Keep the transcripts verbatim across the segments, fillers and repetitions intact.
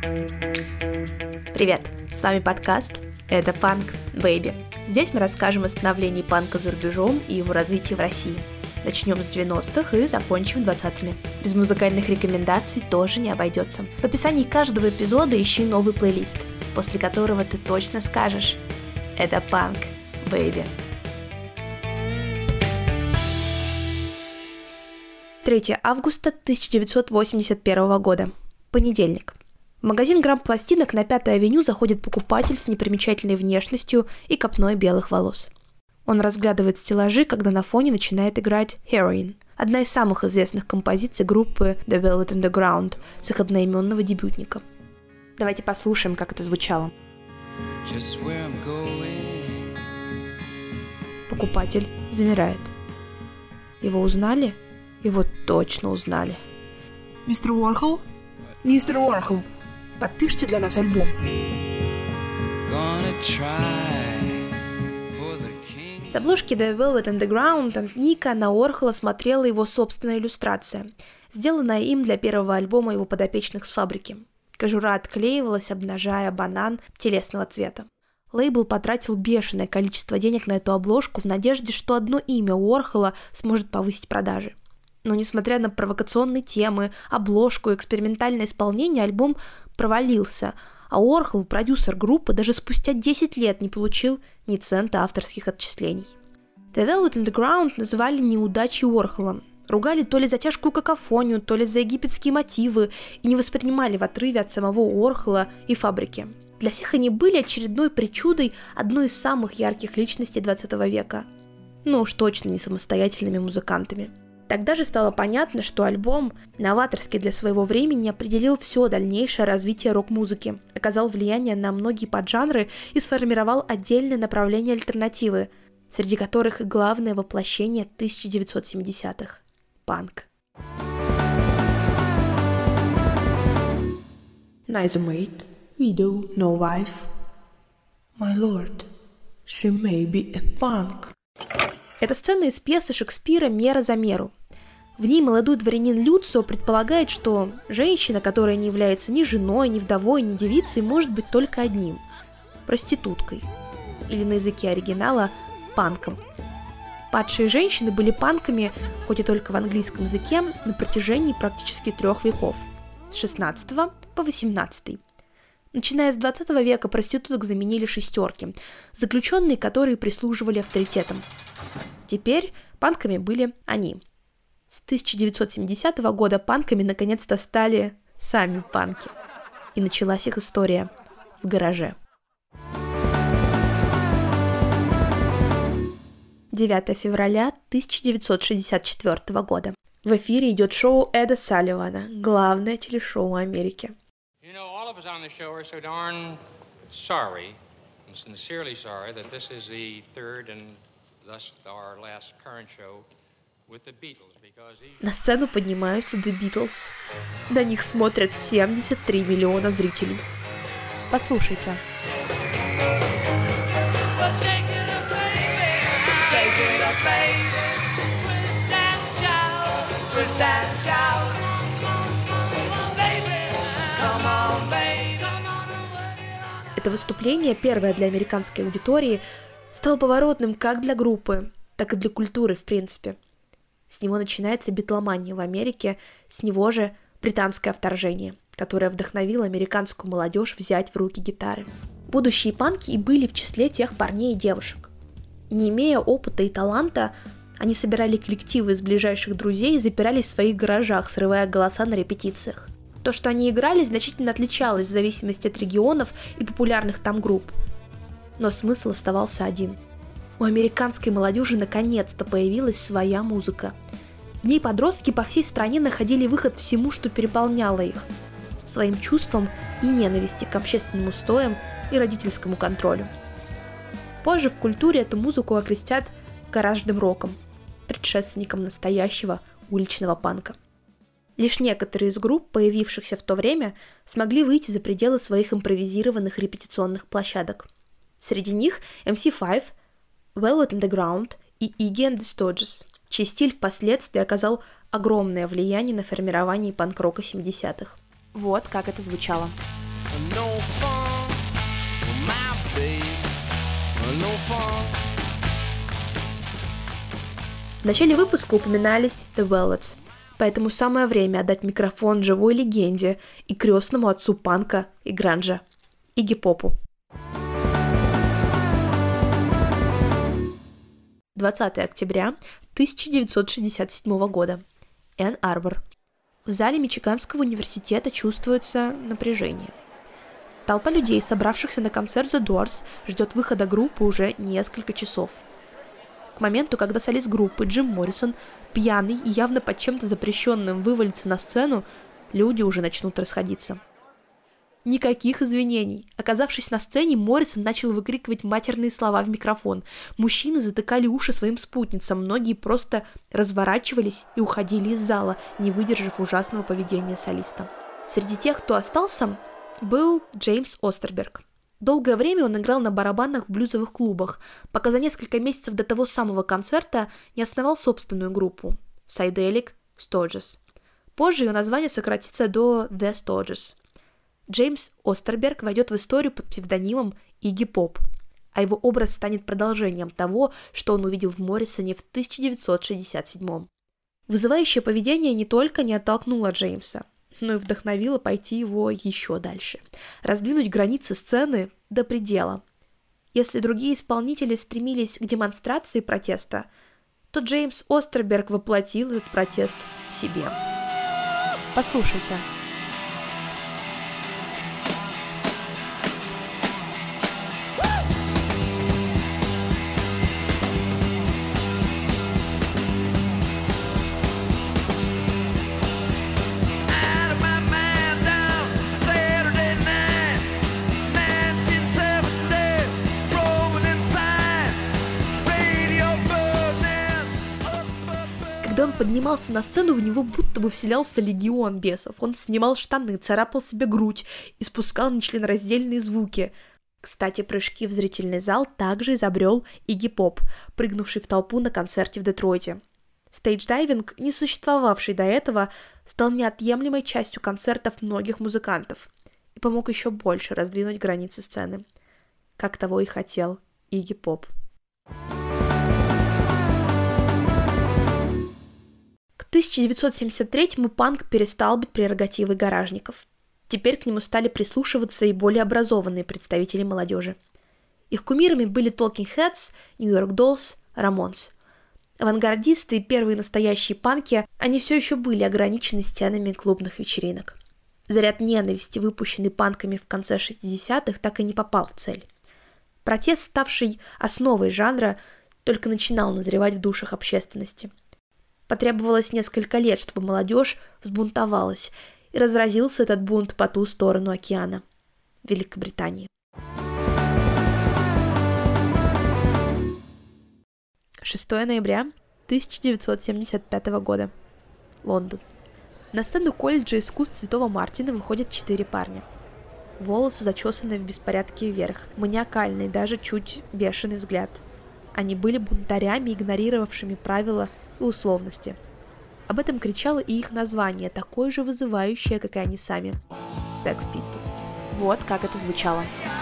Привет! С вами подкаст «Это панк, бэйби». Здесь мы расскажем о становлении панка за рубежом и его развитии в России. Начнем с девяностых и закончим двадцатыми. Без музыкальных рекомендаций тоже не обойдется. В описании каждого эпизода ищи новый плейлист, после которого ты точно скажешь «Это панк, бэйби». третьего августа тысяча девятьсот восемьдесят первого года. Понедельник. В магазин грамм-пластинок на Пятой авеню заходит покупатель с непримечательной внешностью и копной белых волос. Он разглядывает стеллажи, когда на фоне начинает играть «Heroin», одна из самых известных композиций группы The Velvet Underground с их одноименного дебютника. Давайте послушаем, как это звучало. Покупатель замирает. Его узнали? Его точно узнали. Мистер Уорхол? Мистер Уорхол, подпишите для нас альбом. С обложки The Velvet Underground от Ника на Уорхола смотрела его собственная иллюстрация, сделанная им для первого альбома его подопечных с фабрики. Кожура отклеивалась, обнажая банан телесного цвета. Лейбл потратил бешеное количество денег на эту обложку в надежде, что одно имя Уорхола сможет повысить продажи. Но несмотря на провокационные темы, обложку и экспериментальное исполнение, альбом провалился, а Уорхол, продюсер группы, даже спустя десять лет не получил ни цента авторских отчислений. The Velvet Underground называли неудачей Уорхола, ругали то ли за тяжкую какофонию, то ли за египетские мотивы и не воспринимали в отрыве от самого Уорхола и фабрики. Для всех они были очередной причудой одной из самых ярких личностей двадцатого века, но уж точно не самостоятельными музыкантами. Тогда же стало понятно, что альбом, новаторский для своего времени, определил все дальнейшее развитие рок-музыки, оказал влияние на многие поджанры и сформировал отдельное направление альтернативы, среди которых и главное воплощение тысяча девятьсот семидесятых – панк. Neither mate, widow, nor wife. My lord, she may be a punk. Это сцена из пьесы Шекспира «Мера за меру». В ней молодой дворянин Люцио предполагает, что женщина, которая не является ни женой, ни вдовой, ни девицей, может быть только одним – проституткой. Или на языке оригинала – панком. Падшие женщины были панками, хоть и только в английском языке, на протяжении практически трех веков – с шестнадцатого по восемнадцатый. Начиная с двадцатого века проституток заменили шестерки, заключенные, которые прислуживали авторитетам. Теперь панками были они. С тысяча девятьсот семидесятого года панками наконец-то стали сами панки. И началась их история в гараже. девятого февраля тысяча девятьсот шестьдесят четвёртого года. В эфире идет шоу Эда Салливана, главное телешоу Америки. You know, all of us on the show are so darn sorry, and sincerely sorry, that this is the third and thus our last current show with the Beatles, because these... На сцену поднимаются The Beatles. На них смотрят семьдесят три миллиона зрителей. Послушайте. Twist and shout. Это выступление, первое для американской аудитории, стало поворотным как для группы, так и для культуры в принципе. С него начинается битломания в Америке, с него же британское вторжение, которое вдохновило американскую молодежь взять в руки гитары. Будущие панки и были в числе тех парней и девушек. Не имея опыта и таланта, они собирали коллективы из ближайших друзей и запирались в своих гаражах, срывая голоса на репетициях. То, что они играли, значительно отличалось в зависимости от регионов и популярных там групп. Но смысл оставался один. У американской молодежи наконец-то появилась своя музыка. В ней подростки по всей стране находили выход всему, что переполняло их. Своим чувством и ненависти к общественным устоям и родительскому контролю. Позже в культуре эту музыку окрестят гаражным роком, предшественником настоящего уличного панка. Лишь некоторые из групп, появившихся в то время, смогли выйти за пределы своих импровизированных репетиционных площадок. Среди них эм си файв, Velvet Underground и Iggy and the Stooges, чей стиль впоследствии оказал огромное влияние на формирование панк-рока семидесятых. Вот как это звучало. no fun, my babe, no fun. В начале выпуска упоминались The Velvets, поэтому самое время отдать микрофон живой легенде и крестному отцу панка и гранжа – Игги Попу. двадцатого октября тысяча девятьсот шестьдесят седьмого года. Энн-Арбор. В зале Мичиганского университета чувствуется напряжение. Толпа людей, собравшихся на концерт The Doors, ждет выхода группы уже несколько часов. К моменту, когда солист группы Джим Моррисон, пьяный и явно под чем-то запрещенным, вывалится на сцену, люди уже начнут расходиться. Никаких извинений. Оказавшись на сцене, Моррисон начал выкрикивать матерные слова в микрофон. Мужчины затыкали уши своим спутницам, многие просто разворачивались и уходили из зала, не выдержав ужасного поведения солиста. Среди тех, кто остался, был Джеймс Остерберг. Долгое время он играл на барабанах в блюзовых клубах, пока за несколько месяцев до того самого концерта не основал собственную группу – Psydelic Stooges. Позже ее название сократится до The Stooges. Джеймс Остерберг войдет в историю под псевдонимом Игги Поп, а его образ станет продолжением того, что он увидел в Моррисоне в тысяча девятьсот шестьдесят седьмом. Вызывающее поведение не только не оттолкнуло Джеймса, но и вдохновило пойти его еще дальше, раздвинуть границы сцены до предела. Если другие исполнители стремились к демонстрации протеста, то Джеймс Остерберг воплотил этот протест в себе. Послушайте. Когда он поднимался на сцену, в него будто бы вселялся легион бесов. Он снимал штаны, царапал себе грудь, испускал нечленораздельные звуки. Кстати, прыжки в зрительный зал также изобрел Игги Поп, прыгнувший в толпу на концерте в Детройте. Стейдж-дайвинг, не существовавший до этого, стал неотъемлемой частью концертов многих музыкантов и помог еще больше раздвинуть границы сцены, как того и хотел Игги Поп. К тысяча девятьсот семьдесят третьему панк перестал быть прерогативой гаражников. Теперь к нему стали прислушиваться и более образованные представители молодежи. Их кумирами были Talking Heads, New York Dolls, Ramones. Авангардисты и первые настоящие панки, они все еще были ограничены стенами клубных вечеринок. Заряд ненависти, выпущенный панками в конце шестидесятых, так и не попал в цель. Протест, ставший основой жанра, только начинал назревать в душах общественности. Потребовалось несколько лет, чтобы молодежь взбунтовалась, и разразился этот бунт по ту сторону океана, в Великобритании. шестого ноября тысяча девятьсот семьдесят пятого года. Лондон. На сцену колледжа искусств Святого Мартина выходят четыре парня. Волосы зачесаны в беспорядке вверх, маниакальный, даже чуть бешеный взгляд. Они были бунтарями, игнорировавшими правила и условности. Об этом кричало и их название, такое же вызывающее, как и они сами. Sex Pistols. Вот как это звучало.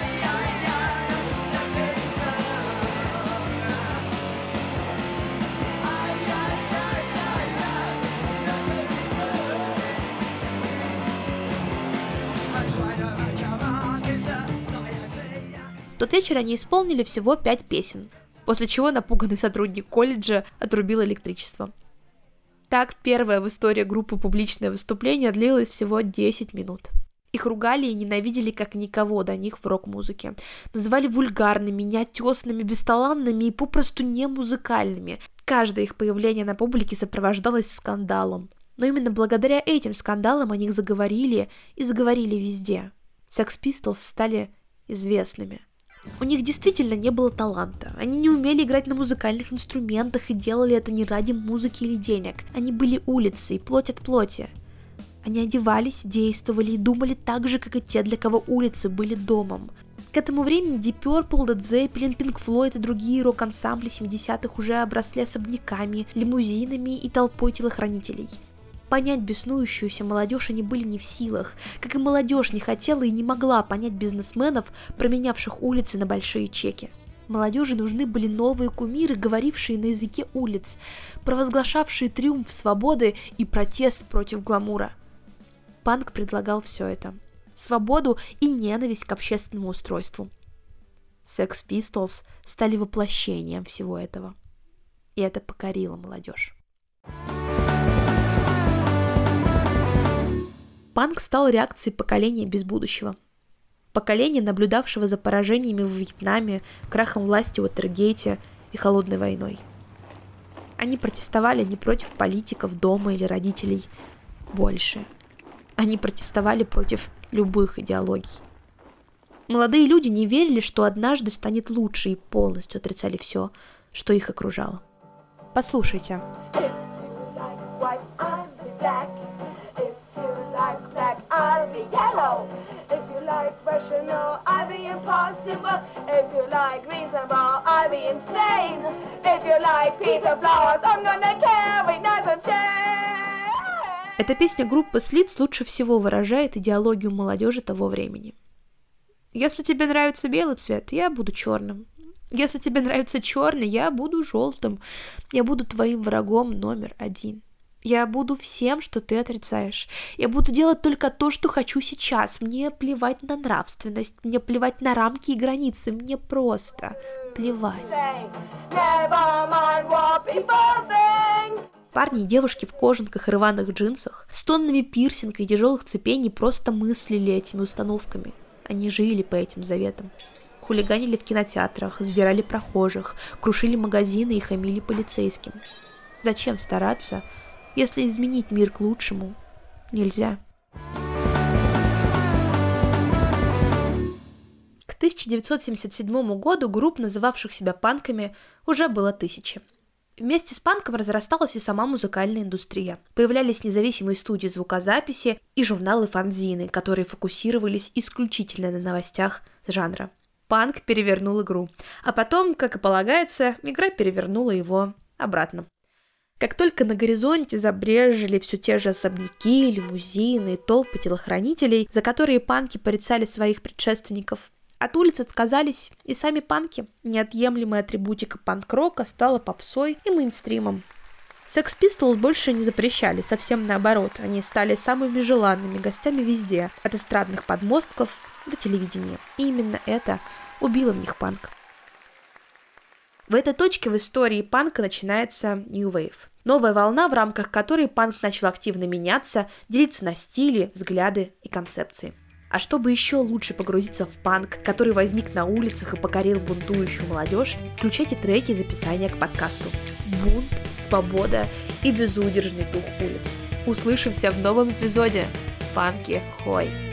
В тот вечер они исполнили всего пять песен, после чего напуганный сотрудник колледжа отрубил электричество. Так, первое в истории группы публичное выступление длилось всего десять минут. Их ругали и ненавидели как никого до них в рок-музыке. Называли вульгарными, неотесанными, бесталанными и попросту не музыкальными. Каждое их появление на публике сопровождалось скандалом. Но именно благодаря этим скандалам о них заговорили и заговорили везде. Sex Pistols стали известными. У них действительно не было таланта. Они не умели играть на музыкальных инструментах и делали это не ради музыки или денег. Они были улицей, плоть от плоти. Они одевались, действовали и думали так же, как и те, для кого улицы были домом. К этому времени Deep Purple, Led Zeppelin, Pink Floyd и другие рок-ансамбли семидесятых уже обросли особняками, лимузинами и толпой телохранителей. Понять беснующуюся молодежь они были не в силах, как и молодежь не хотела и не могла понять бизнесменов, променявших улицы на большие чеки. Молодежи нужны были новые кумиры, говорившие на языке улиц, провозглашавшие триумф свободы и протест против гламура. Панк предлагал все это. Свободу и ненависть к общественному устройству. Sex Pistols стали воплощением всего этого. И это покорило молодежь. Панк стал реакцией поколения без будущего. Поколения, наблюдавшего за поражениями в Вьетнаме, крахом власти в Уотергейте и холодной войной. Они протестовали не против политиков дома или родителей. Больше. Они протестовали против любых идеологий. Молодые люди не верили, что однажды станет лучше, и полностью отрицали все, что их окружало. Послушайте. Эта песня группы Slits лучше всего выражает идеологию молодежи того времени. Если тебе нравится белый цвет, я буду черным. Если тебе нравится черный, я буду желтым. Я буду твоим врагом номер один. Я буду всем, что ты отрицаешь. Я буду делать только то, что хочу сейчас. Мне плевать на нравственность, мне плевать на рамки и границы, мне просто плевать. Парни и девушки в кожанках и рваных джинсах, с тоннами пирсинга и тяжелых цепей не просто мыслили этими установками. Они жили по этим заветам. Хулиганили в кинотеатрах, задирали прохожих, крушили магазины и хамили полицейским. Зачем стараться, если изменить мир к лучшему нельзя? К тысяча девятьсот семьдесят седьмому году групп, называвших себя панками, уже было тысяча. Вместе с панком разрасталась и сама музыкальная индустрия. Появлялись независимые студии звукозаписи и журналы-фанзины, которые фокусировались исключительно на новостях жанра. Панк перевернул игру, а потом, как и полагается, игра перевернула его обратно. Как только на горизонте забрежили все те же особняки, лимузины, толпы телохранителей, за которые панки порицали своих предшественников, от улиц отказались и сами панки. Неотъемлемая атрибутика панк-рока стала попсой и мейнстримом. Sex Pistols больше не запрещали, совсем наоборот. Они стали самыми желанными гостями везде, от эстрадных подмостков до телевидения. И именно это убило в них панк. В этой точке в истории панка начинается New Wave. Новая волна, в рамках которой панк начал активно меняться, делиться на стили, взгляды и концепции. А чтобы еще лучше погрузиться в панк, который возник на улицах и покорил бунтующую молодежь, включайте треки из описания к подкасту. Бунт, свобода и безудержный дух улиц. Услышимся в новом эпизоде. Панки хой!